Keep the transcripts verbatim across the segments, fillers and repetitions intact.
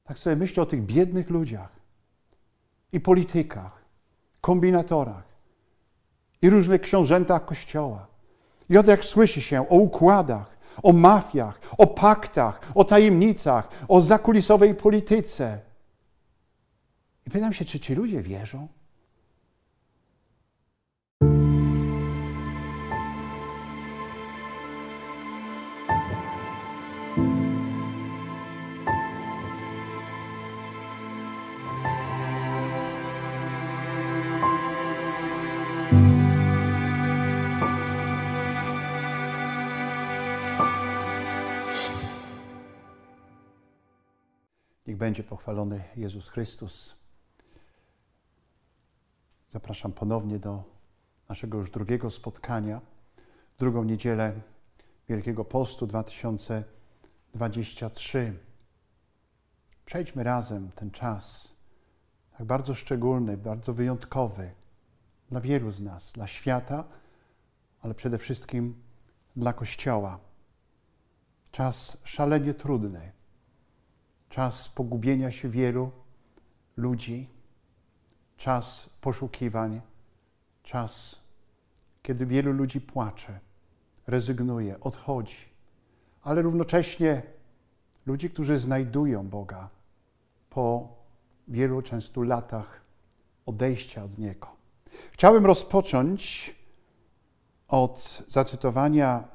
Tak sobie myślę o tych biednych ludziach i politykach, kombinatorach i różnych książętach Kościoła. I oto jak słyszy się o układach, o mafiach, o paktach, o tajemnicach, o zakulisowej polityce. I pytam się, czy ci ludzie wierzą? Niech będzie pochwalony Jezus Chrystus. Zapraszam ponownie do naszego już drugiego spotkania, w drugą niedzielę Wielkiego Postu dwa tysiące dwudziestego trzeciego. Przejdźmy razem ten czas, tak bardzo szczególny, bardzo wyjątkowy dla wielu z nas, dla świata, ale przede wszystkim dla Kościoła. Czas szalenie trudny. Czas pogubienia się wielu ludzi, czas poszukiwań, czas, kiedy wielu ludzi płacze, rezygnuje, odchodzi, ale równocześnie ludzi, którzy znajdują Boga po wielu często latach odejścia od Niego. Chciałem rozpocząć od zacytowania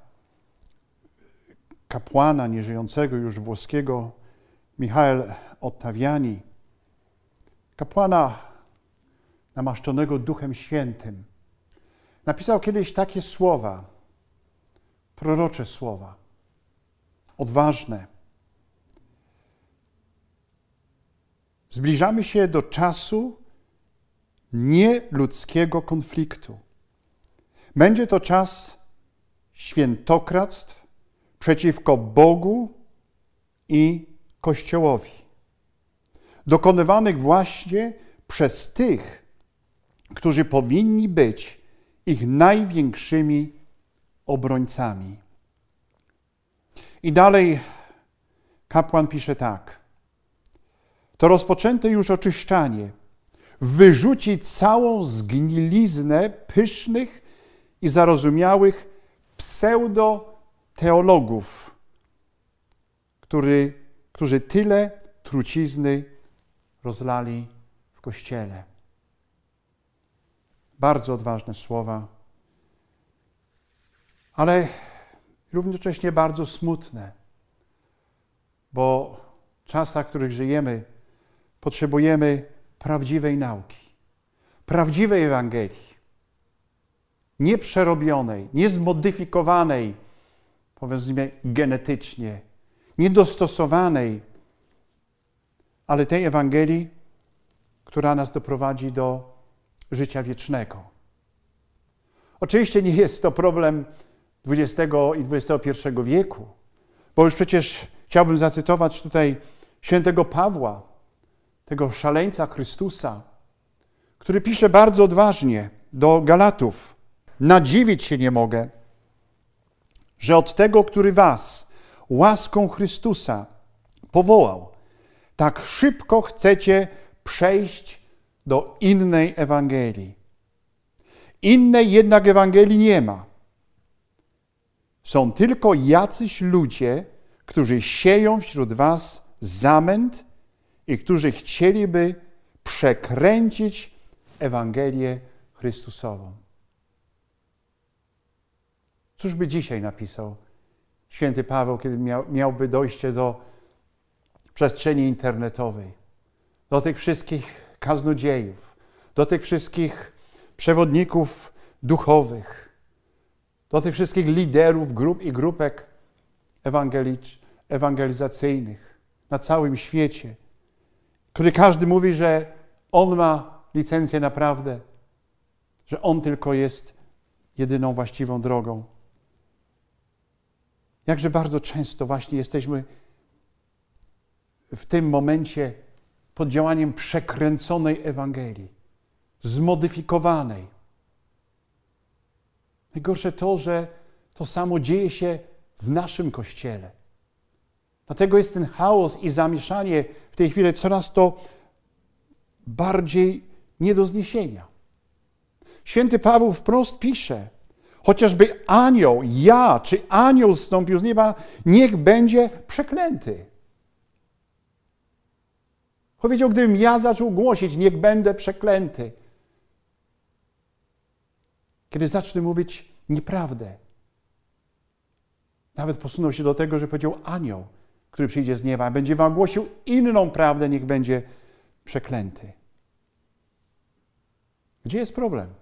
kapłana nieżyjącego już włoskiego Michael Ottaviani, kapłana namaszczonego Duchem Świętym. Napisał kiedyś takie słowa, prorocze słowa, odważne. Zbliżamy się do czasu nieludzkiego konfliktu. Będzie to czas świętokradztw przeciwko Bogu i Kościołowi, dokonywanych właśnie przez tych, którzy powinni być ich największymi obrońcami. I dalej kapłan pisze tak. To rozpoczęte już oczyszczanie wyrzuci całą zgniliznę pysznych i zarozumiałych pseudoteologów, który którzy tyle trucizny rozlali w Kościele. Bardzo odważne słowa, ale równocześnie bardzo smutne, bo w czasach, w których żyjemy, potrzebujemy prawdziwej nauki, prawdziwej Ewangelii, nieprzerobionej, niezmodyfikowanej, powiedzmy genetycznie, niedostosowanej, ale tej Ewangelii, która nas doprowadzi do życia wiecznego. Oczywiście nie jest to problem dwudziestego i dwudziestego pierwszego wieku, bo już przecież chciałbym zacytować tutaj świętego Pawła, tego szaleńca Chrystusa, który pisze bardzo odważnie do Galatów. Nadziwić się nie mogę, że od tego, który was łaską Chrystusa powołał, tak szybko chcecie przejść do innej Ewangelii. Innej jednak Ewangelii nie ma. Są tylko jacyś ludzie, którzy sieją wśród was zamęt i którzy chcieliby przekręcić Ewangelię Chrystusową. Cóż by dzisiaj napisał święty Paweł, kiedy miał, miałby dojście do przestrzeni internetowej, do tych wszystkich kaznodziejów, do tych wszystkich przewodników duchowych, do tych wszystkich liderów grup i grupek ewangelicz, ewangelizacyjnych na całym świecie, który każdy mówi, że on ma licencję na prawdę, że on tylko jest jedyną właściwą drogą. Jakże bardzo często właśnie jesteśmy w tym momencie pod działaniem przekręconej Ewangelii, zmodyfikowanej. Najgorsze to, że to samo dzieje się w naszym Kościele. Dlatego jest ten chaos i zamieszanie w tej chwili coraz to bardziej nie do zniesienia. Święty Paweł wprost pisze, chociażby anioł, ja czy anioł zstąpił z nieba, niech będzie przeklęty. Powiedział, gdybym ja zaczął głosić, niech będę przeklęty. Kiedy zacznę mówić nieprawdę. Nawet posunął się do tego, że powiedział anioł, który przyjdzie z nieba, będzie wam głosił inną prawdę, niech będzie przeklęty. Gdzie jest problem?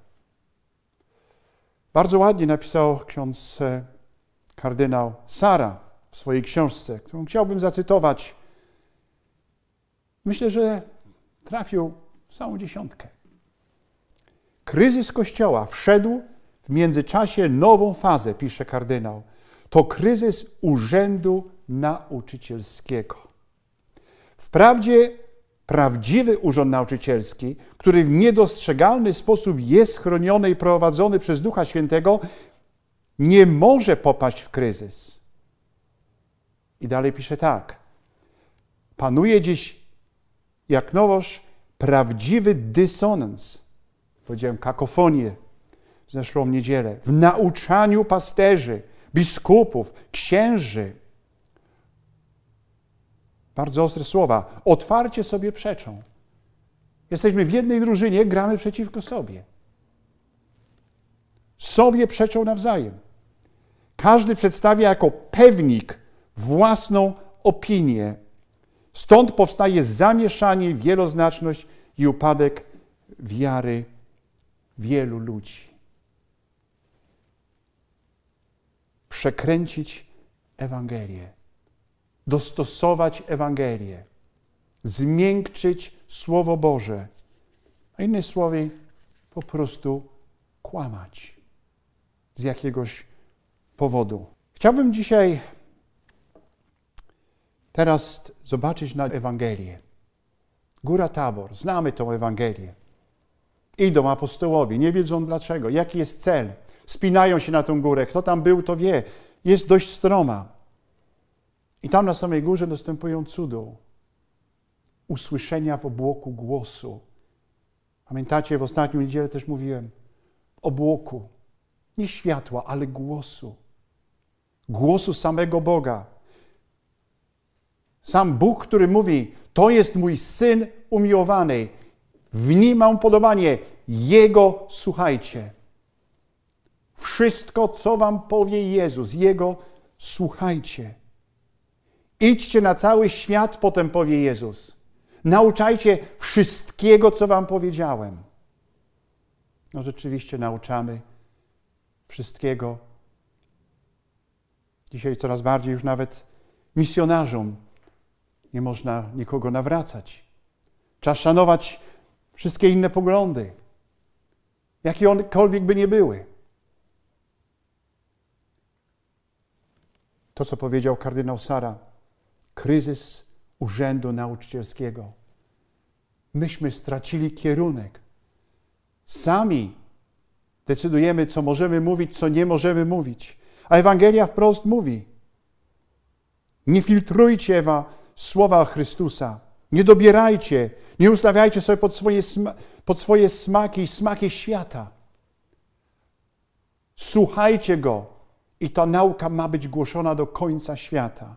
Bardzo ładnie napisał ksiądz kardynał Sara w swojej książce, którą chciałbym zacytować. Myślę, że trafił w samą dziesiątkę. Kryzys Kościoła wszedł w międzyczasie nową fazę, pisze kardynał. To kryzys urzędu nauczycielskiego. Wprawdzie prawdziwy urząd nauczycielski, który w niedostrzegalny sposób jest chroniony i prowadzony przez Ducha Świętego, nie może popaść w kryzys. I dalej pisze tak. Panuje dziś, jak nowoż, prawdziwy dysonans. Powiedziałem kakofonię w zeszłą niedzielę. W nauczaniu pasterzy, biskupów, księży. Bardzo ostre słowa. Otwarcie sobie przeczą. Jesteśmy w jednej drużynie, gramy przeciwko sobie. Sobie przeczą nawzajem. Każdy przedstawia jako pewnik własną opinię. Stąd powstaje zamieszanie, wieloznaczność i upadek wiary wielu ludzi. Przekręcić Ewangelię. Dostosować Ewangelię. Zmiękczyć Słowo Boże. A innymi słowy, po prostu kłamać. Z jakiegoś powodu. Chciałbym dzisiaj teraz zobaczyć na Ewangelię. Góra Tabor. Znamy tą Ewangelię. Idą apostołowie, nie wiedzą dlaczego, jaki jest cel. Spinają się na tę górę. Kto tam był, to wie. Jest dość stroma. I tam na samej górze następują cudo. Usłyszenia w obłoku głosu. Pamiętacie, w ostatnią niedzielę też mówiłem. W obłoku. Nie światła, ale głosu. Głosu samego Boga. Sam Bóg, który mówi, to jest mój Syn umiłowany. W nim mam upodobanie. Jego słuchajcie. Wszystko, co wam powie Jezus, Jego słuchajcie. Idźcie na cały świat, potem powie Jezus. Nauczajcie wszystkiego, co wam powiedziałem. No rzeczywiście nauczamy wszystkiego. Dzisiaj coraz bardziej już nawet misjonarzom nie można nikogo nawracać. Trzeba szanować wszystkie inne poglądy, jakiekolwiek by nie były. To, co powiedział kardynał Sara, kryzys urzędu nauczycielskiego. Myśmy stracili kierunek. Sami decydujemy, co możemy mówić, co nie możemy mówić. A Ewangelia wprost mówi, nie filtrujcie Ewa, słowa Chrystusa, nie dobierajcie, nie ustawiajcie sobie pod swoje, sma- pod swoje smaki i smaki świata. Słuchajcie Go i ta nauka ma być głoszona do końca świata.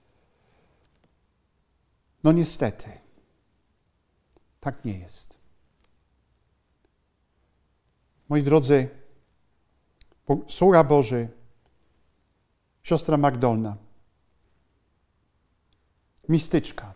No niestety, tak nie jest. Moi drodzy, sługa Boży, siostra Magdolna, mistyczka.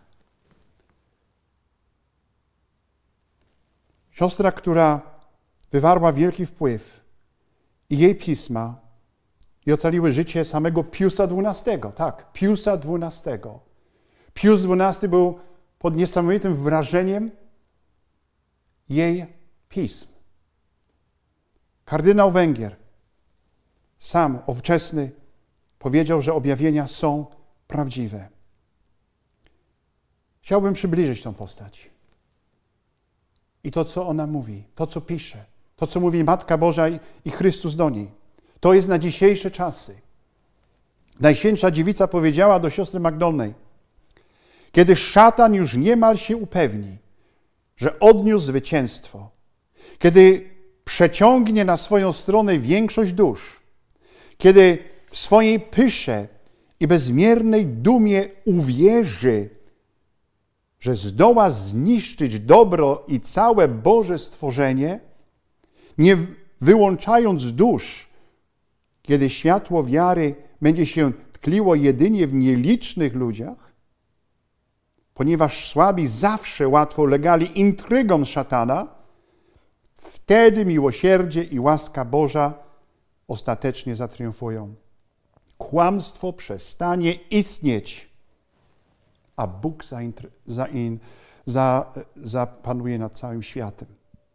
Siostra, która wywarła wielki wpływ i jej pisma i ocaliły życie samego Piusa dwunastego. Tak, Piusa dwunastego. Pius dwunasty był pod niesamowitym wrażeniem jej pism. Kardynał Węgier, sam ówczesny, powiedział, że objawienia są prawdziwe. Chciałbym przybliżyć tę postać. I to, co ona mówi, to, co pisze, to, co mówi Matka Boża i Chrystus do niej, to jest na dzisiejsze czasy. Najświętsza Dziewica powiedziała do siostry Magdolnej: kiedy szatan już niemal się upewni, że odniósł zwycięstwo, kiedy przeciągnie na swoją stronę większość dusz, kiedy w swojej pysze i bezmiernej dumie uwierzy, że zdoła zniszczyć dobro i całe Boże stworzenie, nie wyłączając dusz, kiedy światło wiary będzie się tkliło jedynie w nielicznych ludziach, ponieważ słabi zawsze łatwo ulegali intrygom szatana, wtedy miłosierdzie i łaska Boża ostatecznie zatriumfują. Kłamstwo przestanie istnieć, a Bóg zaintry, zain, za, zapanuje nad całym światem.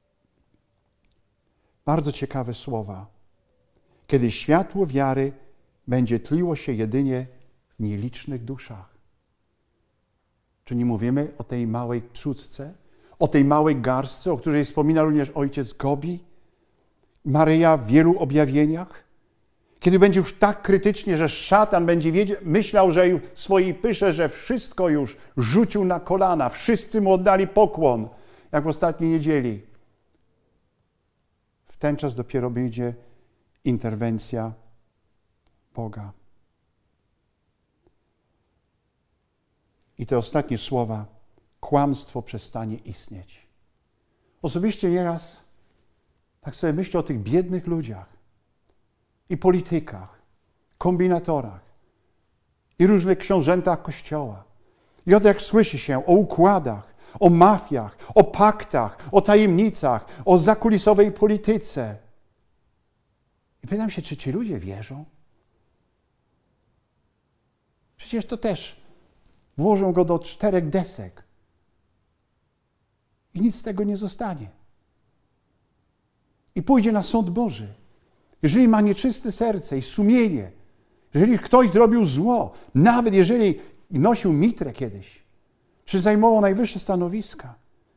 Bardzo ciekawe słowa. Kiedy światło wiary będzie tliło się jedynie w nielicznych duszach. Czy nie mówimy o tej małej trzódce, o tej małej garstce, o której wspomina również ojciec Gobi, Maryja w wielu objawieniach? Kiedy będzie już tak krytycznie, że szatan będzie wiedział, myślał, że w swojej pysze, że wszystko już rzucił na kolana, wszyscy mu oddali pokłon, jak w ostatniej niedzieli. W ten czas dopiero będzie interwencja Boga. I te ostatnie słowa, kłamstwo przestanie istnieć. Osobiście nieraz tak sobie myślę o tych biednych ludziach i politykach, kombinatorach i różnych książętach Kościoła. I oto jak słyszy się o układach, o mafiach, o paktach, o tajemnicach, o zakulisowej polityce. I pytam się, czy ci ludzie wierzą? Przecież to też włożą go do czterech desek i nic z tego nie zostanie. I pójdzie na sąd Boży. Jeżeli ma nieczyste serce i sumienie, jeżeli ktoś zrobił zło, nawet jeżeli nosił mitrę kiedyś, czy zajmował najwyższe stanowiska,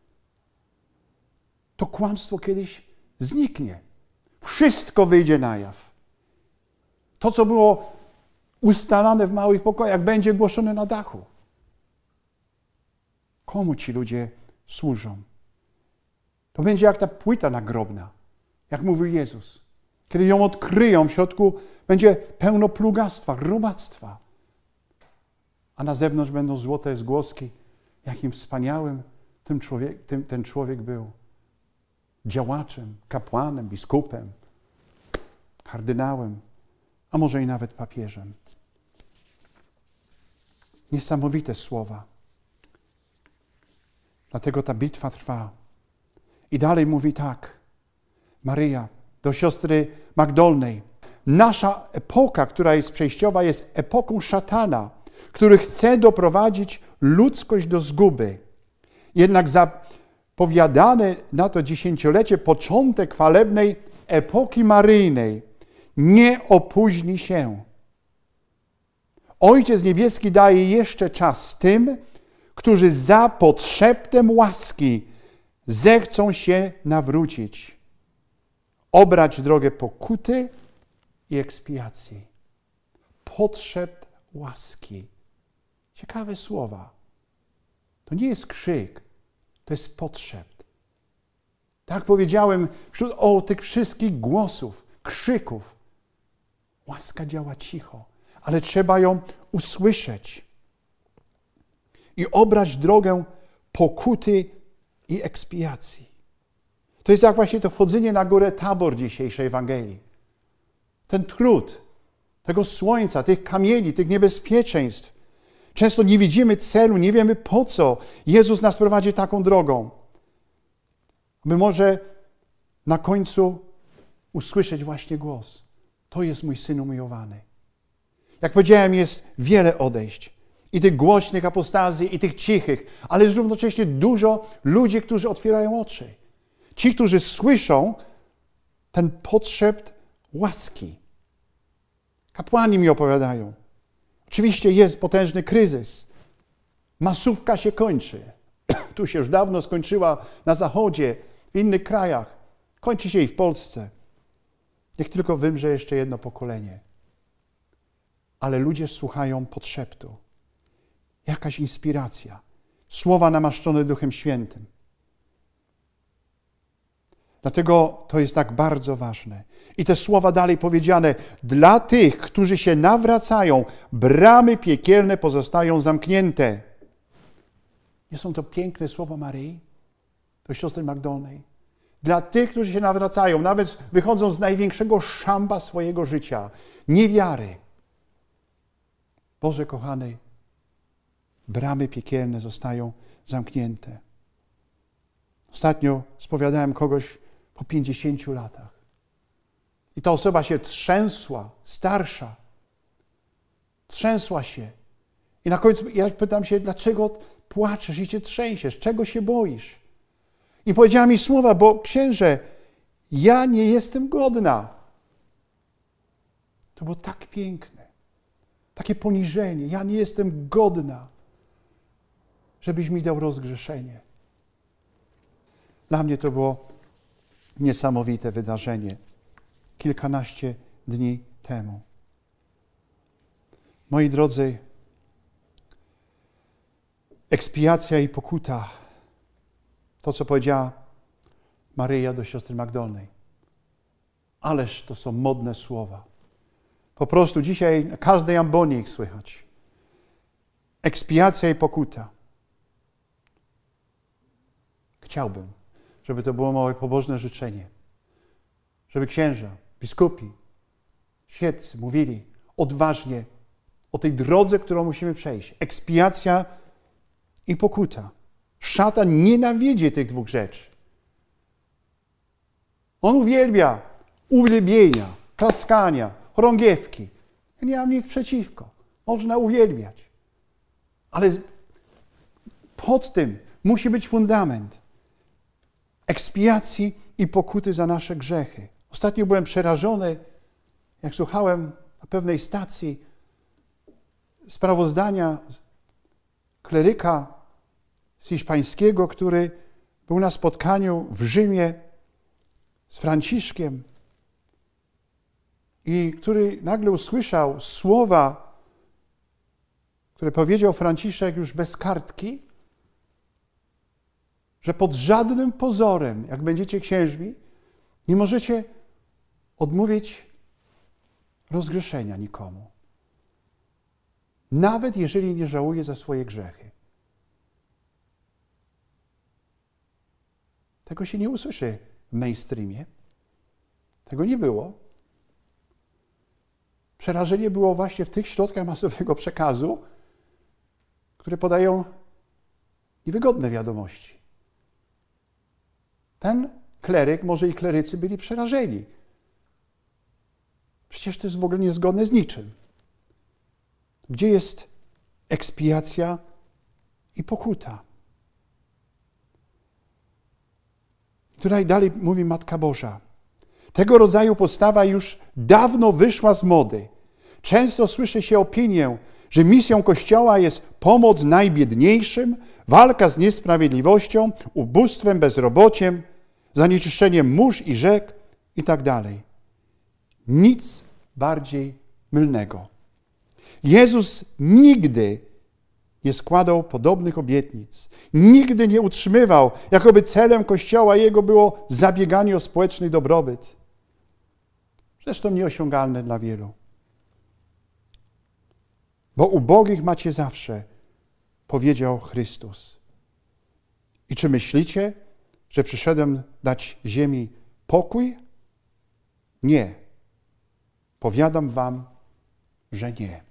to kłamstwo kiedyś zniknie. Wszystko wyjdzie na jaw. To, co było ustalane w małych pokojach, będzie głoszone na dachu. Komu ci ludzie służą? To będzie jak ta płyta nagrobna, jak mówił Jezus. Kiedy ją odkryją, w środku będzie pełno plugastwa, robactwa. A na zewnątrz będą złote zgłoski, jakim wspaniałym tym człowiek, tym, ten człowiek był. Działaczem, kapłanem, biskupem, kardynałem, a może i nawet papieżem. Niesamowite słowa. Dlatego ta bitwa trwa. I dalej mówi tak, Maryja do siostry Magdolnej. Nasza epoka, która jest przejściowa, jest epoką szatana, który chce doprowadzić ludzkość do zguby. Jednak zapowiadany na to dziesięciolecie początek chwalebnej epoki maryjnej nie opóźni się. Ojciec Niebieski daje jeszcze czas tym, którzy za podszeptem łaski zechcą się nawrócić, obrać drogę pokuty i ekspiacji. Podszept łaski. Ciekawe słowa. To nie jest krzyk, to jest podszept. Tak powiedziałem, wśród o, tych wszystkich głosów, krzyków, łaska działa cicho, ale trzeba ją usłyszeć i obrać drogę pokuty i ekspiacji. To jest jak właśnie to wchodzenie na górę Tabor dzisiejszej Ewangelii. Ten trud tego słońca, tych kamieni, tych niebezpieczeństw. Często nie widzimy celu, nie wiemy po co Jezus nas prowadzi taką drogą. My może na końcu usłyszeć właśnie głos. To jest mój Syn umiłowany. Jak powiedziałem, jest wiele odejść. I tych głośnych apostazji, i tych cichych, ale jest równocześnie dużo ludzi, którzy otwierają oczy. Ci, którzy słyszą ten podszept łaski. Kapłani mi opowiadają. Oczywiście jest potężny kryzys. Masówka się kończy. Tu się już dawno skończyła na Zachodzie, w innych krajach. Kończy się i w Polsce. Niech tylko wymrze jeszcze jedno pokolenie. ale ludzie słuchają podszeptu. Jakaś inspiracja. Słowa namaszczone Duchem Świętym. Dlatego to jest tak bardzo ważne. I te słowa dalej powiedziane, dla tych, którzy się nawracają, bramy piekielne pozostają zamknięte. Nie są to piękne słowa Maryi, do siostry Magdalnej? Dla tych, którzy się nawracają, nawet wychodzą z największego szamba swojego życia, niewiary. Boże kochany, bramy piekielne zostają zamknięte. Ostatnio spowiadałem kogoś po pięćdziesięciu latach. I ta osoba się trzęsła, starsza. Trzęsła się. I na końcu ja pytam się, dlaczego płaczesz i się trzęsiesz? Czego się boisz? I powiedziała mi słowa, bo księże, ja nie jestem godna. To było tak piękne. Takie poniżenie. Ja nie jestem godna, żebyś mi dał rozgrzeszenie. Dla mnie to było niesamowite wydarzenie. Kilkanaście dni temu. Moi drodzy, ekspiacja i pokuta, to co powiedziała Maryja do siostry Magdalnej. Ależ to są modne słowa. Po prostu dzisiaj na każdej ambonie ich słychać. Ekspiacja i pokuta. Chciałbym, żeby to było moje pobożne życzenie. Żeby księża, biskupi, świeccy mówili odważnie o tej drodze, którą musimy przejść. Ekspiacja i pokuta. Szatan nienawidzi tych dwóch rzeczy. On uwielbia uwielbienia, klaskania, chorągiewki. Ja nie mam nic przeciwko. Można uwielbiać. Ale pod tym musi być fundament ekspiacji i pokuty za nasze grzechy. Ostatnio byłem przerażony, jak słuchałem na pewnej stacji sprawozdania kleryka z hiszpańskiego, który był na spotkaniu w Rzymie z Franciszkiem i który nagle usłyszał słowa, które powiedział Franciszek już bez kartki, że pod żadnym pozorem, jak będziecie księżmi, nie możecie odmówić rozgrzeszenia nikomu. Nawet jeżeli nie żałuje za swoje grzechy. Tego się nie usłyszy w mainstreamie. Tego nie było. Przerażenie było właśnie w tych środkach masowego przekazu, które podają niewygodne wiadomości. Ten kleryk, może i klerycy byli przerażeni. Przecież to jest w ogóle niezgodne z niczym. Gdzie jest ekspiacja i pokuta? Tutaj dalej mówi Matka Boża. Tego rodzaju postawa już dawno wyszła z mody. Często słyszy się opinię, że misją Kościoła jest pomoc najbiedniejszym, walka z niesprawiedliwością, ubóstwem, bezrobociem, zanieczyszczeniem mórz i rzek i tak dalej. Nic bardziej mylnego. Jezus nigdy nie składał podobnych obietnic. Nigdy nie utrzymywał, jakoby celem Kościoła Jego było zabieganie o społeczny dobrobyt. Zresztą nieosiągalne dla wielu. Bo ubogich macie zawsze, powiedział Chrystus. I czy myślicie, że przyszedłem dać ziemi pokój? Nie. Powiadam wam, że nie.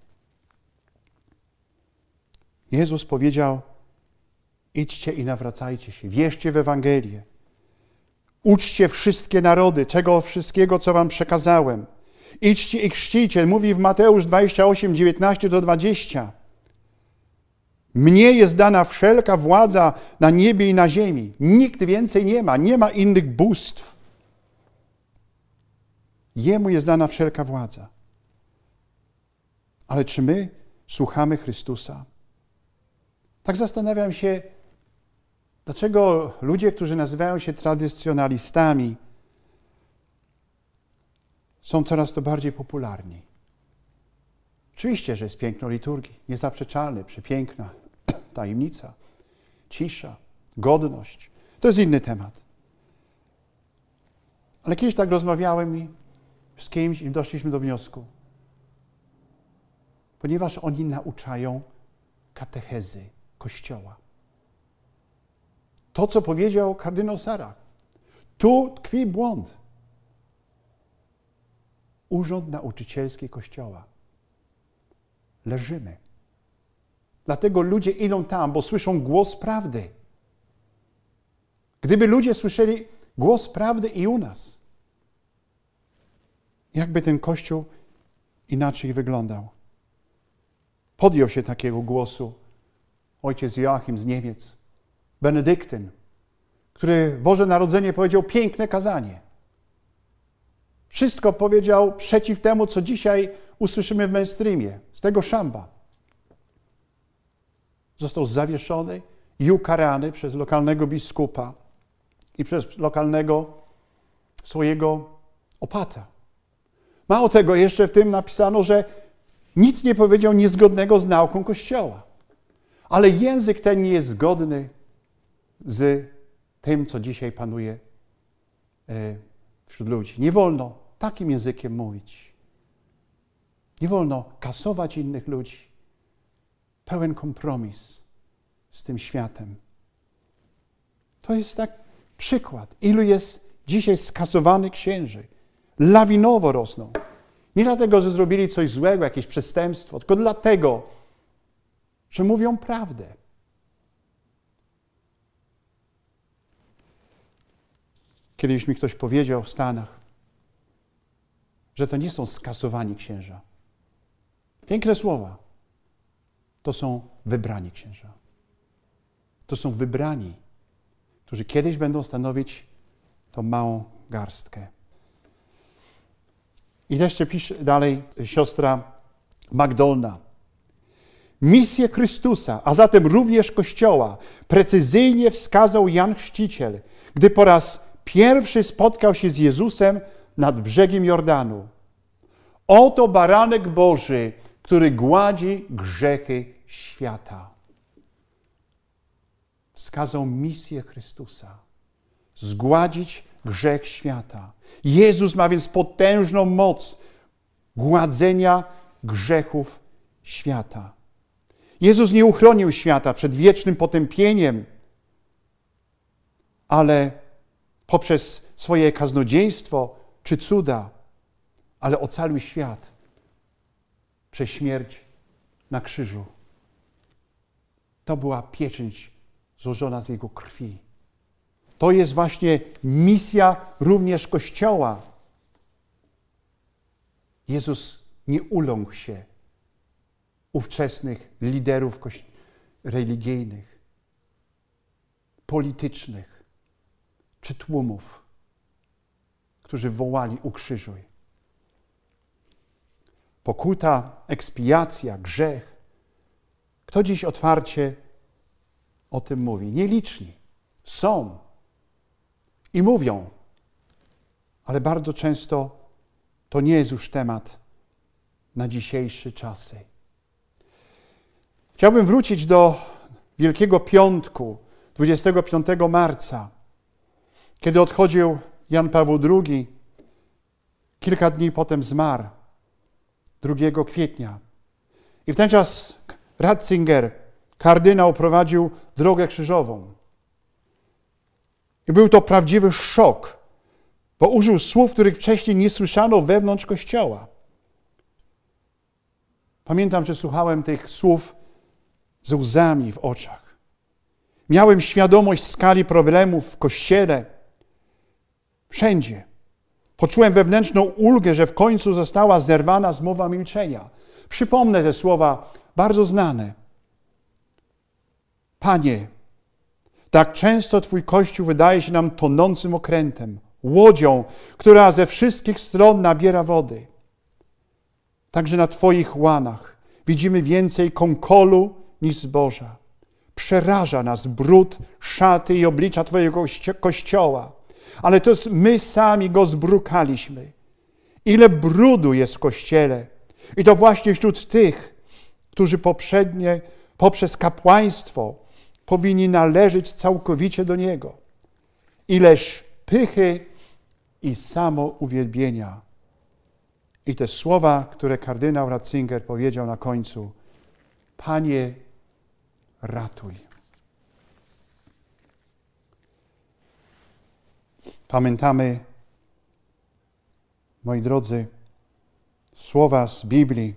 Jezus powiedział, idźcie i nawracajcie się, wierzcie w Ewangelię. Uczcie wszystkie narody, tego wszystkiego, co wam przekazałem. Idźcie i chrzcijcie, mówi w Mateusz dwadzieścia osiem, dziewiętnaście do dwudziestu. Mnie jest dana wszelka władza na niebie i na ziemi. Nikt więcej nie ma, nie ma innych bóstw. Jemu jest dana wszelka władza. Ale czy my słuchamy Chrystusa? Tak zastanawiam się, dlaczego ludzie, którzy nazywają się tradycjonalistami, są coraz to bardziej popularni. Oczywiście, że jest piękno liturgii, niezaprzeczalne, przepiękna tajemnica, cisza, godność. To jest inny temat. Ale kiedyś tak rozmawiałem i z kimś i doszliśmy do wniosku, ponieważ oni nauczają katechezy Kościoła. To, co powiedział kardynał Sarah, tu tkwi błąd. Urząd Nauczycielski Kościoła. Leżymy. Dlatego ludzie idą tam, bo słyszą głos prawdy. Gdyby ludzie słyszeli głos prawdy i u nas, jakby ten Kościół inaczej wyglądał? Podjął się takiego głosu ojciec Joachim z Niemiec, Benedyktyn, który w Boże Narodzenie powiedział piękne kazanie. Wszystko powiedział przeciw temu, co dzisiaj usłyszymy w mainstreamie, z tego szamba. Został zawieszony i ukarany przez lokalnego biskupa i przez lokalnego swojego opata. Mało tego, jeszcze w tym napisano, że nic nie powiedział niezgodnego z nauką Kościoła. Ale język ten nie jest zgodny z tym, co dzisiaj panuje wśród ludzi. Nie wolno takim językiem mówić. Nie wolno kasować innych ludzi. Pełen kompromis z tym światem. To jest tak przykład, ilu jest dzisiaj skasowanych księży. Lawinowo rosną. Nie dlatego, że zrobili coś złego, jakieś przestępstwo, tylko dlatego, że mówią prawdę. Kiedyś mi ktoś powiedział w Stanach, że to nie są skasowani księża. Piękne słowa. To są wybrani księża. To są wybrani, którzy kiedyś będą stanowić tą małą garstkę. I jeszcze pisze dalej siostra Magdolna. Misję Chrystusa, a zatem również Kościoła, precyzyjnie wskazał Jan Chrzciciel, gdy po raz pierwszy spotkał się z Jezusem nad brzegiem Jordanu. Oto baranek Boży, który gładzi grzechy świata. Wskazał misję Chrystusa. Zgładzić grzech świata. Jezus ma więc potężną moc gładzenia grzechów świata. Jezus nie uchronił świata przed wiecznym potępieniem, ale poprzez swoje kaznodzieństwo czy cuda, ale ocalił świat przez śmierć na krzyżu. To była pieczęć złożona z Jego krwi. To jest właśnie misja również Kościoła. Jezus nie uląkł się ówczesnych liderów religijnych, politycznych czy tłumów, którzy wołali ukrzyżuj. Pokuta, ekspiacja, grzech. Kto dziś otwarcie o tym mówi? Nieliczni. Są. I mówią. Ale bardzo często to nie jest już temat na dzisiejsze czasy. Chciałbym wrócić do Wielkiego Piątku, dwudziestego piątego marca, kiedy odchodził Jan Paweł drugi. Kilka dni potem zmarł, drugiego kwietnia. I w ten czas Ratzinger, kardynał, prowadził drogę krzyżową. I był to prawdziwy szok, bo użył słów, których wcześniej nie słyszano wewnątrz Kościoła. Pamiętam, że słuchałem tych słów z łzami w oczach. Miałem świadomość skali problemów w Kościele, wszędzie. Poczułem wewnętrzną ulgę, że w końcu została zerwana zmowa milczenia. Przypomnę te słowa bardzo znane. Panie, tak często Twój Kościół wydaje się nam tonącym okrętem, łodzią, która ze wszystkich stron nabiera wody. Także na Twoich łanach widzimy więcej konkolu niż zboża. Przeraża nas brud, szaty i oblicza Twojego Kościoła. Ale to my sami go zbrukaliśmy. Ile brudu jest w Kościele. I to właśnie wśród tych, którzy poprzednie, poprzez kapłaństwo powinni należeć całkowicie do Niego. Ileż pychy i samouwielbienia. I te słowa, które kardynał Ratzinger powiedział na końcu: Panie, ratuj. Pamiętamy, moi drodzy, słowa z Biblii,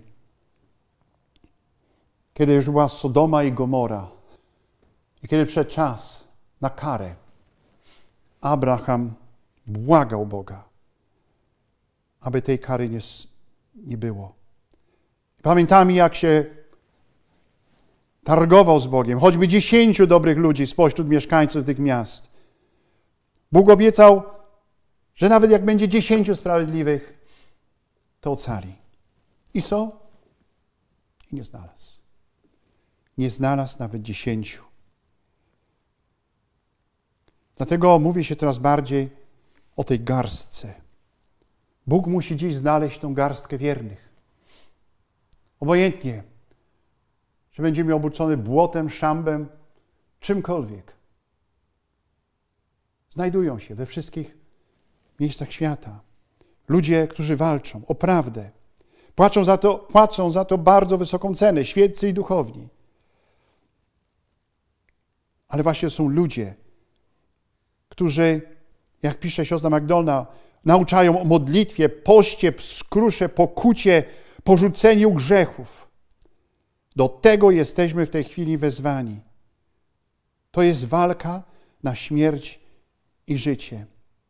kiedy już była Sodoma i Gomora i kiedy przyszedł czas na karę, Abraham błagał Boga, aby tej kary nie, nie było. Pamiętamy, jak się targował z Bogiem, choćby dziesięciu dobrych ludzi spośród mieszkańców tych miast. Bóg obiecał, że nawet jak będzie dziesięciu sprawiedliwych, to ocali. I co? I nie znalazł. Nie znalazł nawet dziesięciu. Dlatego mówi się coraz bardziej o tej garstce. Bóg musi dziś znaleźć tą garstkę wiernych. Obojętnie, że będziemy obrócony błotem, szambem, czymkolwiek. Znajdują się we wszystkich miejscach świata. Ludzie, którzy walczą o prawdę. Płacą za to, płacą za to bardzo wysoką cenę, świeccy i duchowni. Ale właśnie są ludzie, którzy, jak pisze siostra Magdalena, nauczają o modlitwie, poście, skrusze, pokucie, porzuceniu grzechów. Do tego jesteśmy w tej chwili wezwani. To jest walka na śmierć i życie.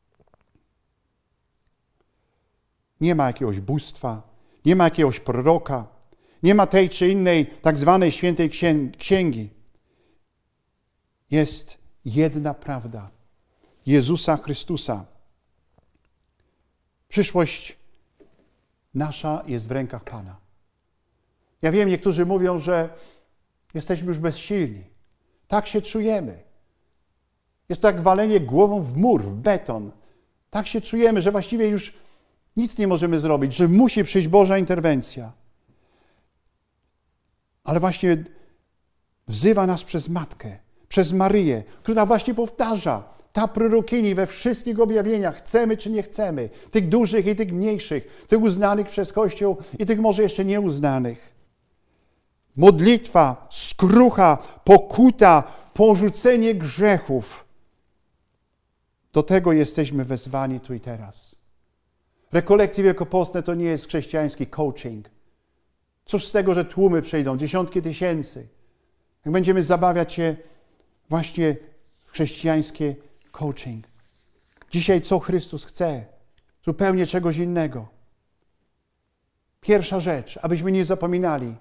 Nie ma jakiegoś bóstwa, nie ma jakiegoś proroka, nie ma tej czy innej tak zwanej świętej księgi. Jest jedna prawda. Jezusa Chrystusa. Przyszłość nasza jest w rękach Pana. Ja wiem, niektórzy mówią, że jesteśmy już bezsilni. Tak się czujemy. Jest to jak walenie głową w mur, w beton. Tak się czujemy, że właściwie już nic nie możemy zrobić, że musi przyjść Boża interwencja. Ale właśnie wzywa nas przez Matkę, przez Maryję, która właśnie powtarza, ta prorokini we wszystkich objawieniach, chcemy czy nie chcemy, tych dużych i tych mniejszych, tych uznanych przez Kościół i tych może jeszcze nieuznanych. Modlitwa, skrucha, pokuta, porzucenie grzechów. Do tego jesteśmy wezwani tu i teraz. Rekolekcje wielkopostne to nie jest chrześcijański coaching. Cóż z tego, że tłumy przyjdą, dziesiątki tysięcy. Jak będziemy zabawiać się właśnie w chrześcijańskie coaching. Dzisiaj co Chrystus chce? Zupełnie czegoś innego. Pierwsza rzecz, abyśmy nie zapominali,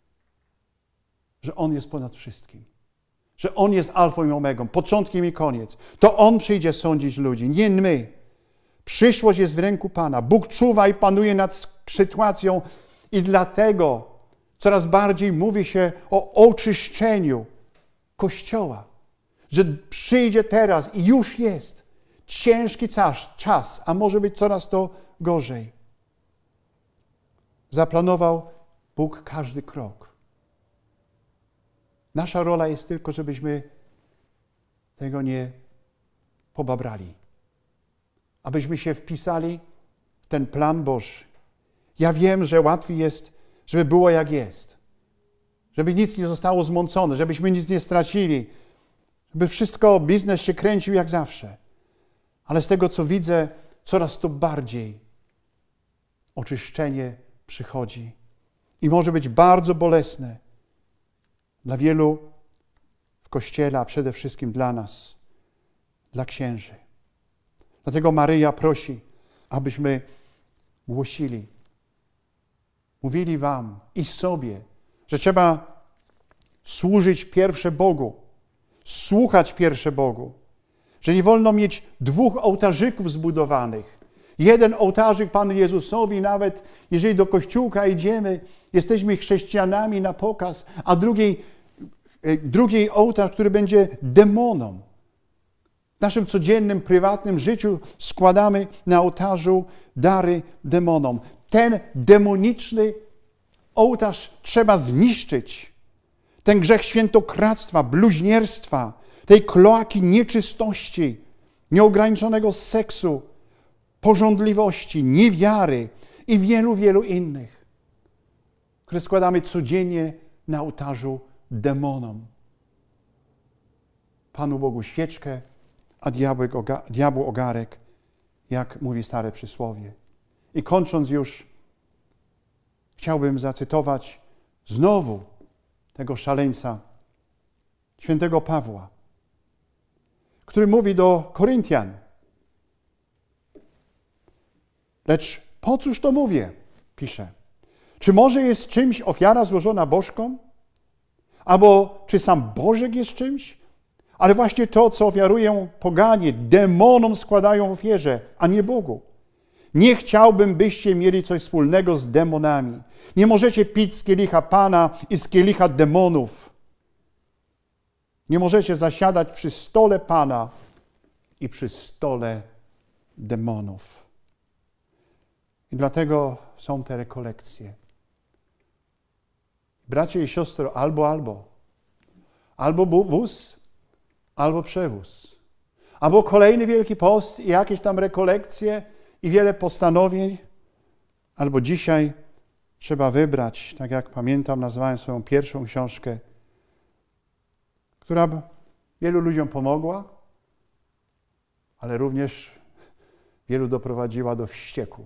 że On jest ponad wszystkim. Że On jest alfą i omegą, początkiem i koniec. To On przyjdzie sądzić ludzi, nie my. Przyszłość jest w ręku Pana. Bóg czuwa i panuje nad sytuacją i dlatego coraz bardziej mówi się o oczyszczeniu Kościoła. Że przyjdzie teraz i już jest ciężki czas, czas, a może być coraz to gorzej. Zaplanował Bóg każdy krok. Nasza rola jest tylko, żebyśmy tego nie pobabrali. Abyśmy się wpisali w ten plan Boży. Ja wiem, że łatwiej jest, żeby było jak jest. Żeby nic nie zostało zmącone, żebyśmy nic nie stracili. Żeby wszystko, biznes się kręcił jak zawsze. Ale z tego, co widzę, coraz to bardziej oczyszczenie przychodzi. I może być bardzo bolesne dla wielu w Kościele, a przede wszystkim dla nas, dla księży. Dlatego Maryja prosi, abyśmy głosili, mówili wam i sobie, że trzeba służyć pierwsze Bogu, słuchać pierwsze Bogu, że nie wolno mieć dwóch ołtarzyków zbudowanych. Jeden ołtarzyk Panu Jezusowi, nawet jeżeli do kościółka idziemy, jesteśmy chrześcijanami na pokaz, a drugi, drugi ołtarz, który będzie demonom. W naszym codziennym, prywatnym życiu składamy na ołtarzu dary demonom. Ten demoniczny ołtarz trzeba zniszczyć. Ten grzech świętokradztwa, bluźnierstwa, tej kloaki nieczystości, nieograniczonego seksu, pożądliwości, niewiary i wielu, wielu innych, które składamy codziennie na ołtarzu demonom. Panu Bogu świeczkę, a diabłu ogarek, jak mówi stare przysłowie. I kończąc już, chciałbym zacytować znowu tego szaleńca, świętego Pawła, który mówi do Koryntian: lecz po cóż to mówię? Pisze. Czy może jest czymś ofiara złożona bożkom? Albo czy sam Bożek jest czymś? Ale właśnie to, co ofiarują poganie, demonom składają w ofierze, a nie Bogu. Nie chciałbym, byście mieli coś wspólnego z demonami. Nie możecie pić z kielicha Pana i z kielicha demonów. Nie możecie zasiadać przy stole Pana i przy stole demonów. I dlatego są te rekolekcje. Bracie i siostro, albo, albo. Albo wóz, albo przewóz. Albo kolejny Wielki Post i jakieś tam rekolekcje i wiele postanowień. Albo dzisiaj trzeba wybrać, tak jak pamiętam, nazwałem swoją pierwszą książkę, która wielu ludziom pomogła, ale również wielu doprowadziła do wścieku.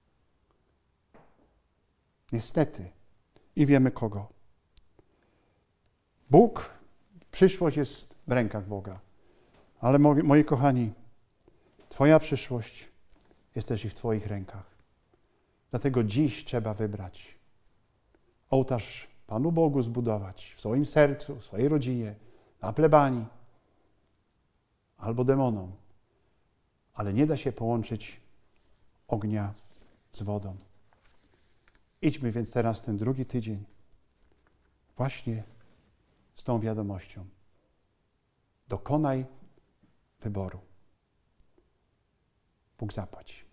Niestety. I wiemy kogo. Bóg, przyszłość jest w rękach Boga. Ale moi, moi kochani, Twoja przyszłość jest też i w Twoich rękach. Dlatego dziś trzeba wybrać. Ołtarz Panu Bogu zbudować w swoim sercu, w swojej rodzinie, na plebanii albo demonom. Ale nie da się połączyć ognia z wodą. Idźmy więc teraz ten drugi tydzień właśnie z tą wiadomością. Dokonaj wyboru. Bóg zapłać.